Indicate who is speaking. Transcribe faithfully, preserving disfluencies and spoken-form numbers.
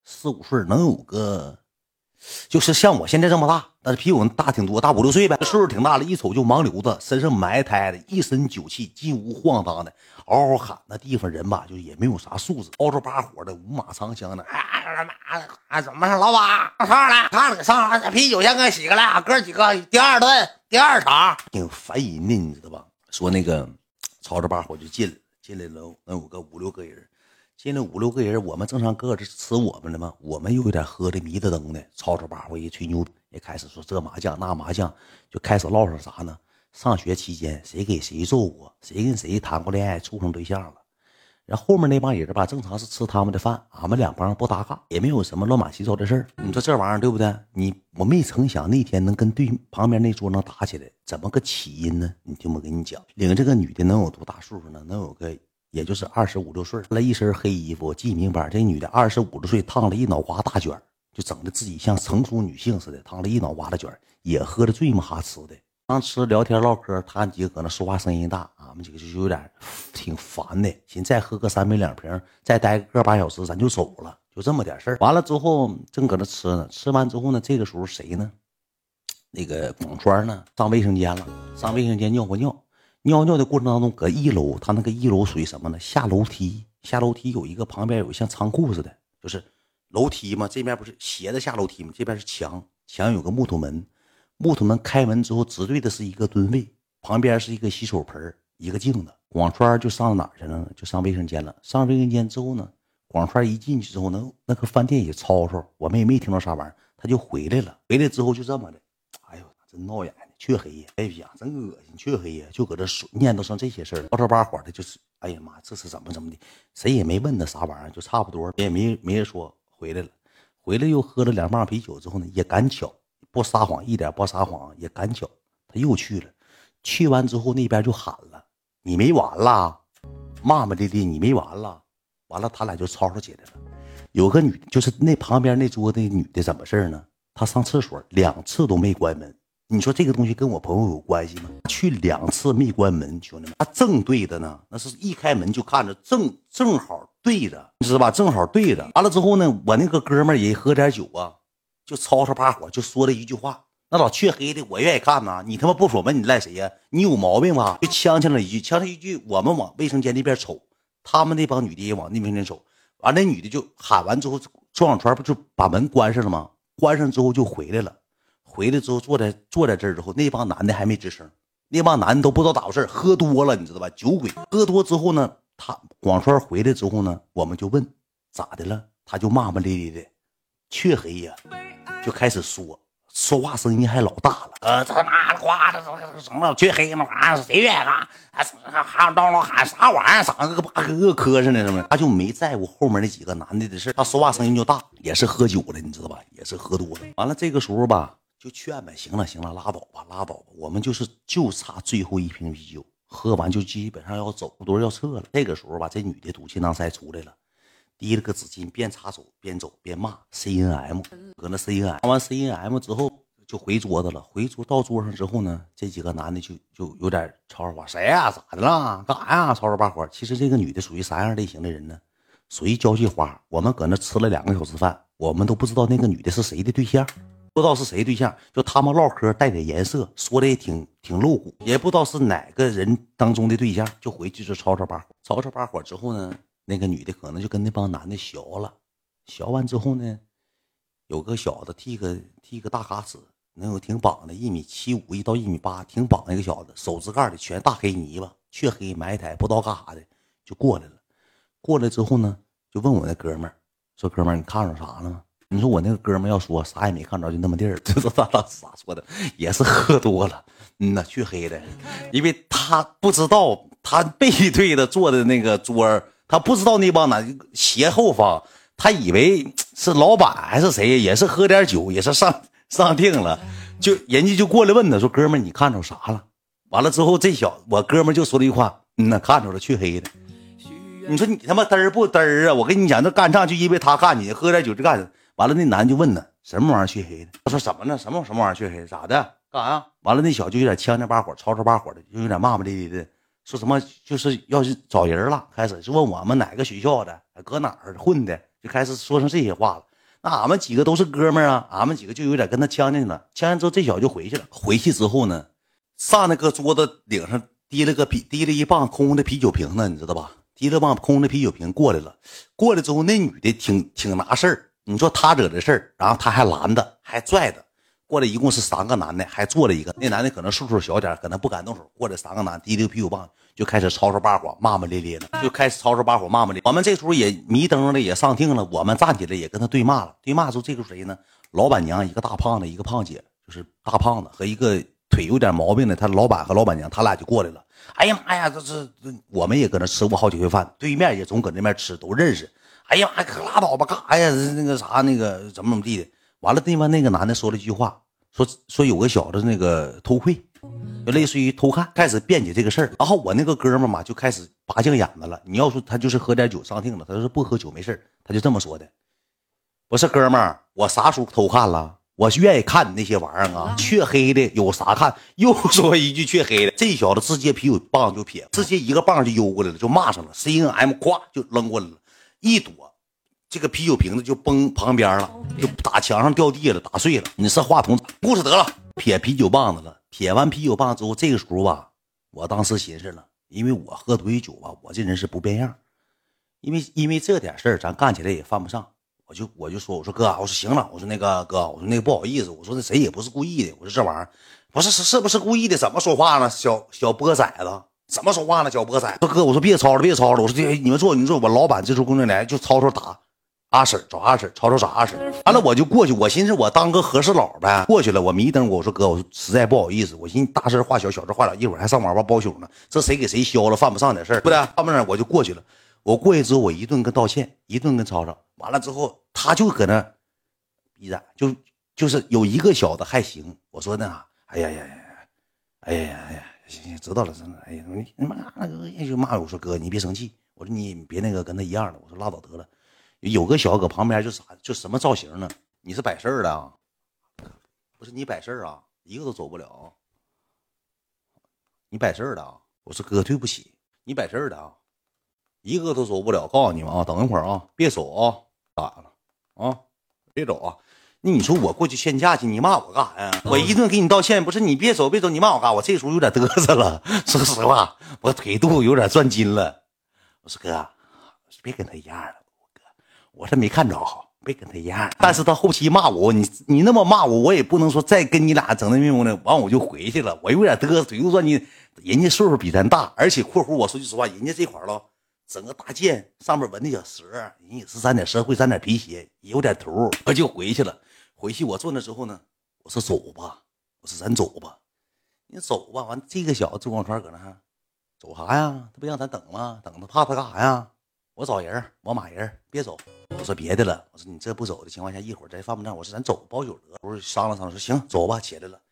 Speaker 1: 四五岁，能有个就是像我现在这么大，但是比我大挺多，大五六岁呗，岁数挺大了，一瞅就盲流子，身上埋汰的，一身酒气，金屋晃荡的，嗷嗷喊。那地方人吧，就也没有啥素质，嗷嗷把火的，五马长枪的。哎，怎么老板上来，看给上来，啤酒先给洗个来，哥几个第二顿，第二场，挺烦人的，你知道吧？说那个吵着把火就进来，进来了能有个五六个人。进来五六个人，我们正常搁这吃我们的嘛，我们又有点喝的迷得灯的，吵吵把火一吹牛，也开始说这麻将那麻将，就开始唠上啥呢？上学期间谁给谁揍过，谁跟谁谈过恋爱，处上对象了。然后后面那帮人吧，正常是吃他们的饭，俺们两帮不搭嘎，也没有什么乱码七糟的事儿。你说这玩意儿对不对？你我没成想那天能跟对旁边那桌能打起来，怎么个起因呢？你听我跟你讲，领这个女的能有多大岁数呢？能有个。也就是二十五六岁，穿了一身黑衣服，记明白，这女的二十五六岁，烫了一脑瓜大卷，就整的自己像成熟女性似的，烫了一脑瓜的卷，也喝的醉么哈吃的。刚吃聊天唠嗑，他几个搁那说话声音大，俺们几个就有点挺烦的，寻再喝个三杯两瓶，再待个把小时，咱就走了，就这么点事儿。完了之后，正搁那吃呢，吃完之后呢，这个时候谁呢？那个广川呢，上卫生间了，上卫生间尿过尿。尿尿的过程当中，搁一楼，他那个一楼属于什么呢？下楼梯，下楼梯有一个旁边有像仓库似的，就是楼梯嘛，这边不是斜着下楼梯嘛，这边是墙，墙有个木头门，木头门开门之后，直对的是一个蹲位，旁边是一个洗手盆，一个镜子。广川就上哪儿去了呢？就上卫生间了。上卫生间之后呢，广川一进去之后呢，那个饭店也吵吵，我们也没听到啥玩意儿，他就回来了。回来之后就这么的，哎呦，真闹眼。黢黑呀，哎呀，真恶心！黢黑呀，就搁这念叨上这些事儿，吵吵把火的，就是，哎呀妈，这是怎么怎么的？谁也没问他啥玩意儿，就差不多，也没没人说回来了。回来又喝了两棒啤酒之后呢，也赶巧，不撒谎，一点不撒谎，也赶巧，他又去了。去完之后，那边就喊了：“你没完了，骂骂咧咧，你没完了。”完了，他俩就吵吵起来了。有个女，就是那旁边那桌的女的，怎么事呢？她上厕所两次都没关门。你说这个东西跟我朋友有关系吗？去两次没关门，兄弟们，他正对的呢，那是一开门就看着正正好对着，你知道吧？正好对着。完了之后呢，我那个哥们儿也喝点酒啊，就吵吵把火，就说了一句话，那老黢黑的，我愿意看呐。你他妈不锁门，你赖谁呀？你有毛病吧？就呛呛了一句，呛了一句。我们往卫生间那边瞅，他们那帮女的也往那边瞅。完了，那女的就喊完之后，庄小川不就把门关上了吗？关上之后就回来了。回来之后坐在坐在这儿之后，那帮男的还没吱声，那帮男的都不知道咋回事，喝多了，你知道吧？酒鬼喝多之后呢，他广川回来之后呢，我们就问咋的了，他就骂骂咧咧的，黢黑呀，就开始说说话声音还老大了，呃，这妈的话，这什么黢黑那玩意儿，谁愿意啊？还当老喊啥玩意儿，嗓子跟八哥磕碜呢，什么？他就没在乎后面那几个男的的事，他说话声音就大，也是喝酒了，你知道吧？也是喝多了。完了这个时候吧。就劝呗，行了行了，拉倒吧拉倒吧，我们就是就差最后一瓶啤酒，喝完就基本上要走，不多要撤了。这个时候吧，这女的赌气囊塞出来了，提了个纸巾，边擦手边走边骂 C N M， 搁那 C N M， 骂完 C N M 之后就回桌子了。回桌到桌上之后呢，这几个男的就就有点吵吵话，谁呀、啊？咋的了？干啥呀？吵吵把火。其实这个女的属于啥样类型的人呢？属于交际花。我们搁那吃了两个小时饭，我们都不知道那个女的是谁的对象。不知道是谁对象，就他们唠嗑带点颜色，说的也挺挺露骨，也不知道是哪个人当中的对象，就回去就吵吵把火，吵吵把火之后呢，那个女的可能就跟那帮男的学了，学完之后呢，有个小子剃个剃个大嘎子，能有挺绑的，一米七五一到一米八，挺绑的一个小子，手指盖里全大黑泥巴，黢黑埋汰，不知道干啥的，就过来了。过来之后呢，就问我那哥们儿说：“哥们儿，你看着啥了吗？”你说我那个哥们要说啥也没看着，就那么地儿，这是他咋说的？也是喝多了，嗯呐，黢黑的，因为他不知道，他背对着坐的那个桌，他不知道那帮男斜后方，他以为是老板还是谁，也是喝点酒，也是上上腚了，就人家就过来问他说：“哥们，你看着啥了？”完了之后，这小我哥们就说了一句话：“嗯呐，看着了，黢黑的。”你说你他妈嘚儿不嘚儿啊？我跟你讲，这干仗就因为他干你，喝点酒就干。完了，那男就问他什么玩意儿黢黑的？他说什么呢？什么什么玩意儿黢黑？咋的？干啥呀？完了，那小就有点呛呛把火，吵吵把火的，就有点骂骂咧咧的，说什么就是要是找人了，开始就问我们哪个学校的，搁哪儿混的，就开始说成这些话了。 那俺们几个都是哥们儿啊，俺们几个就有点跟他呛进去了。呛进之后，这小子就回去了。回去之后呢，上那个桌子顶上提了个啤，提了一棒空的啤酒瓶子，你知道吧？提了棒空的啤酒瓶过来了。过来之后，那女的挺挺拿事儿。你说他惹的事儿，然后他还拦的，还拽的。过来一共是三个男的，还坐了一个。那男的可能岁数小点，可能不敢动手。过来三个男的，提了个啤酒棒，就开始吵吵把火，骂骂咧咧的，就开始吵吵把火，骂骂咧。我们这时候也迷瞪的，也上听了。我们站起来也跟他对骂了。对骂之后，这个谁呢？老板娘，一个大胖子，一个胖姐，就是大胖子和一个腿有点毛病的，他老板和老板娘，他俩就过来了。哎呀妈呀，这这我们也搁那吃过好几回饭，对面也总搁那边吃，都认识。哎呀妈，可拉倒吧，干啥呀？那个啥，那个怎么怎么地的。完了，对面那个男的说了一句话。说说有个小子那个偷窥，就类似于偷看，开始辩解这个事儿。然后我那个哥们嘛就开始拔净眼子了。你要说他就是喝点酒上听了，他说不喝酒没事，他就这么说的。不是哥们儿，我啥时候偷看了？我愿意看你那些玩意儿啊，黢黑的有啥看？又说一句黢黑的，这小子直接啤酒棒就撇，直接一个棒就悠过来了，就骂上了 C N M， 咵就扔过来了，一躲。这个啤酒瓶子就崩旁边了，就打墙上掉地了，打碎了。你是话筒故事得了，撇啤酒棒子了。撇完啤酒棒之后，这个时候吧，我当时寻思了，因为我喝多酒吧，我这人是不变样。因为因为这点事儿，咱干起来也犯不上。我就我就说，我说哥，我说行了，我说那个哥，我说那个不好意思，我说那谁也不是故意的，我说这玩意儿不是是是不是故意的？怎么说话呢？小小波崽子。怎么说话呢？小波崽子，哥，我说别吵了，别吵了。我说这你们坐，你坐，我老板这时候工作来就吵吵打。阿婶找阿婶，吵吵找阿婶，完了我就过去，我寻思我当个和事佬呗，过去了，我迷瞪我，我说哥，我说实在不好意思，我寻思大事化小，小事化了，一会儿还上网吧包宿呢，这谁给谁削了，犯不上点事儿，不对，犯不上我就过去了，我过去之后我一顿跟道歉，一顿跟吵吵，完了之后他就搁那逼着，就就是有一个小子还行，我说那，哎呀呀呀，哎呀哎呀，行行知道了，真的，哎呀你你妈那个就骂我，我说哥你别生气，我说你别那个跟他一样的，我说拉倒得了。有个小搁旁边就啥就什么造型呢？你是摆事儿的啊？不是你摆事儿啊？一个都走不了。你摆事儿的啊？我说哥对不起，你摆事儿的啊？一个都走不了。告诉你们啊，等一会儿啊，别走啊，咋了啊？别走啊！那你说我过去劝架去，你骂我干啥呀？我一顿给你道歉，不是你别走别走，你骂我干啥？我这时候有点嘚瑟了，说实话，我腿肚有点转筋了。我说哥，别跟他一样了。我是没看着，别跟他一样。但是他后期骂我，你你那么骂我，我也不能说再跟你俩整那命的，完我就回去了。我有点嘚瑟，腿又说你人家岁数比咱大，而且括弧我说句实话，人家这块了整个大剑上面纹的小蛇，人也是沾点蛇会沾点皮鞋，也有点头，我就回去了。回去我坐那之后呢，我说走吧，我说咱走吧，你走吧。完这个小子周广川搁那走啥呀？他不让咱等吗？等他怕他干啥呀？我找人，我马人，别走。我说别的了，我说你这不走的情况下，一会儿再犯不上。我说咱走包宿得。我说商量商量，说行，走吧，起来了。